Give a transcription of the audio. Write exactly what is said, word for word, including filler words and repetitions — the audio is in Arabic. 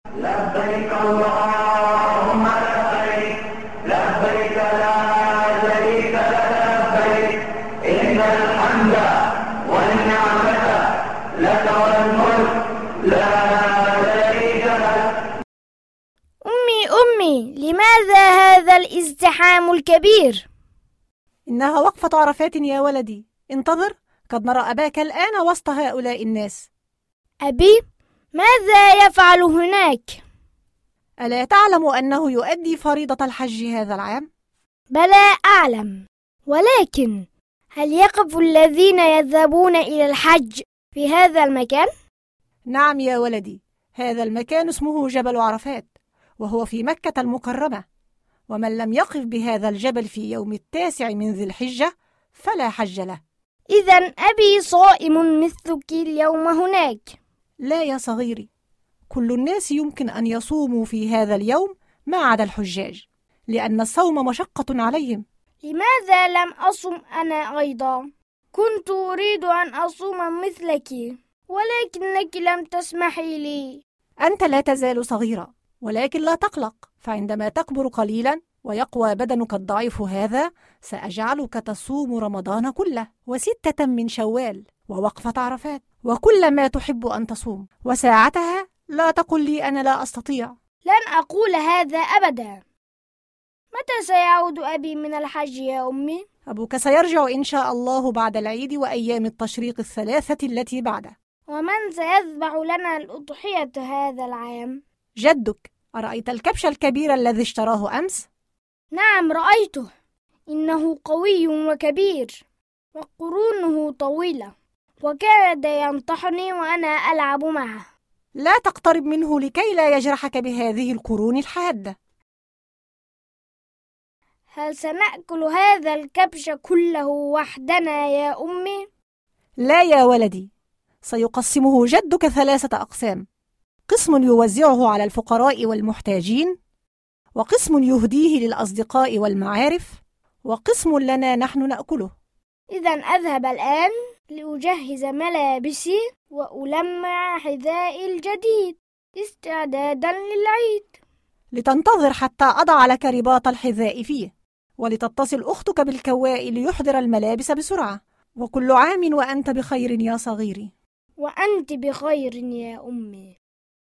لبيك اللهم لبيك، لبيك لا شريك لك لبيك، إن الحمد والنعمة لك والملك لا شريك لك. أمي أمي لماذا هذا الازدحام الكبير؟ إنها وقفة عرفات يا ولدي، انتظر، قد نرى أباك الآن وسط هؤلاء الناس. أبي؟ ماذا يفعل هناك؟ ألا تعلم أنه يؤدي فريضة الحج هذا العام؟ بلى أعلم، ولكن هل يقف الذين يذهبون إلى الحج في هذا المكان؟ نعم يا ولدي، هذا المكان اسمه جبل عرفات، وهو في مكة المكرمة، ومن لم يقف بهذا الجبل في يوم التاسع من ذي الحجة فلا حج له. إذن أبي صائم مثلك اليوم هناك. لا يا صغيري، كل الناس يمكن أن يصوموا في هذا اليوم ما عدا الحجاج، لأن الصوم مشقة عليهم. لماذا لم أصم أنا أيضا؟ كنت أريد أن أصوم مثلك، ولكنك لم تسمحي لي. أنت لا تزال صغيرا، ولكن لا تقلق، فعندما تكبر قليلا ويقوى بدنك الضعيف هذا سأجعلك تصوم رمضان كله وستة من شوال ووقفة عرفات وكل ما تحب أن تصوم، وساعتها لا تقل لي أنا لا أستطيع. لن أقول هذا أبدا. متى سيعود أبي من الحج يا أمي؟ أبوك سيرجع إن شاء الله بعد العيد وأيام التشريق الثلاثة التي بعده. ومن سيذبح لنا الأضحية هذا العام؟ جدك. أرأيت الكبش الكبير الذي اشتراه أمس؟ نعم رأيته، إنه قوي وكبير وقرونه طويلة، وكاد ينطحني وأنا ألعب معه. لا تقترب منه لكي لا يجرحك بهذه القرون الحادة. هل سنأكل هذا الكبش كله وحدنا يا أمي؟ لا يا ولدي، سيقسمه جدك ثلاثة أقسام، قسم يوزعه على الفقراء والمحتاجين، وقسم يهديه للأصدقاء والمعارف، وقسم لنا نحن نأكله. إذن أذهب الآن لأجهز ملابسي وألمع حذائي الجديد استعدادا للعيد. لتنتظر حتى أضع لك رباط الحذاء فيه، ولتتصل أختك بالكواء ليحضر الملابس بسرعة. وكل عام وأنت بخير يا صغيري. وأنت بخير يا أمي.